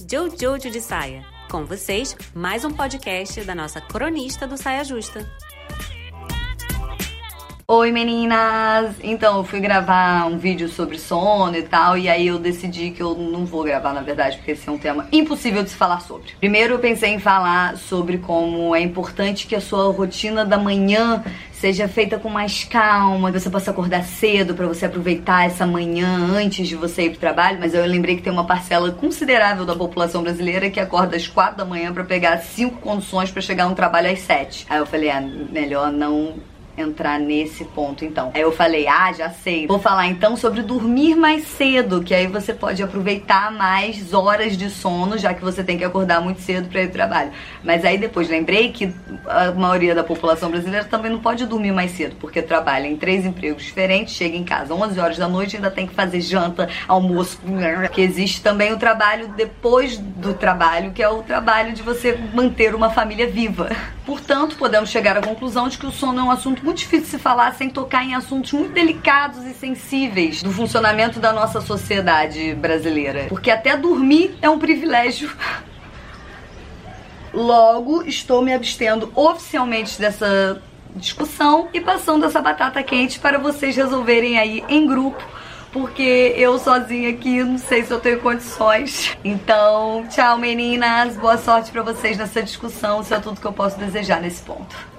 Jojo de Saia. Com vocês, mais um podcast da nossa cronista do Saia Justa. Oi meninas! Então, eu fui gravar um vídeo sobre sono e tal, e aí eu decidi que eu não vou gravar, na verdade, porque esse é um tema impossível de se falar sobre. Primeiro eu pensei em falar sobre como é importante que a sua rotina da manhã seja feita com mais calma, que você possa acordar cedo pra você aproveitar essa manhã antes de você ir pro trabalho, mas eu lembrei que tem uma parcela considerável da população brasileira que acorda às 4 da manhã pra pegar 5 conduções pra chegar no trabalho às 7. Aí eu falei, melhor não entrar nesse ponto então. Aí eu falei, já sei. Vou falar então sobre dormir mais cedo, que aí você pode aproveitar mais horas de sono, já que você tem que acordar muito cedo pra ir pro trabalho. Mas aí depois lembrei que a maioria da população brasileira também não pode dormir mais cedo, porque trabalha em 3 empregos diferentes, chega em casa 11 horas da noite e ainda tem que fazer janta, almoço, que existe também o trabalho depois do trabalho, que é o trabalho de você manter uma família viva. Portanto, podemos chegar à conclusão de que o sono é um assunto muito difícil de se falar sem tocar em assuntos muito delicados e sensíveis do funcionamento da nossa sociedade brasileira. Porque até dormir é um privilégio. Logo, estou me abstendo oficialmente dessa discussão e passando essa batata quente para vocês resolverem aí em grupo, porque eu sozinha aqui não sei se eu tenho condições. Então, tchau meninas, boa sorte pra vocês nessa discussão, isso é tudo que eu posso desejar nesse ponto.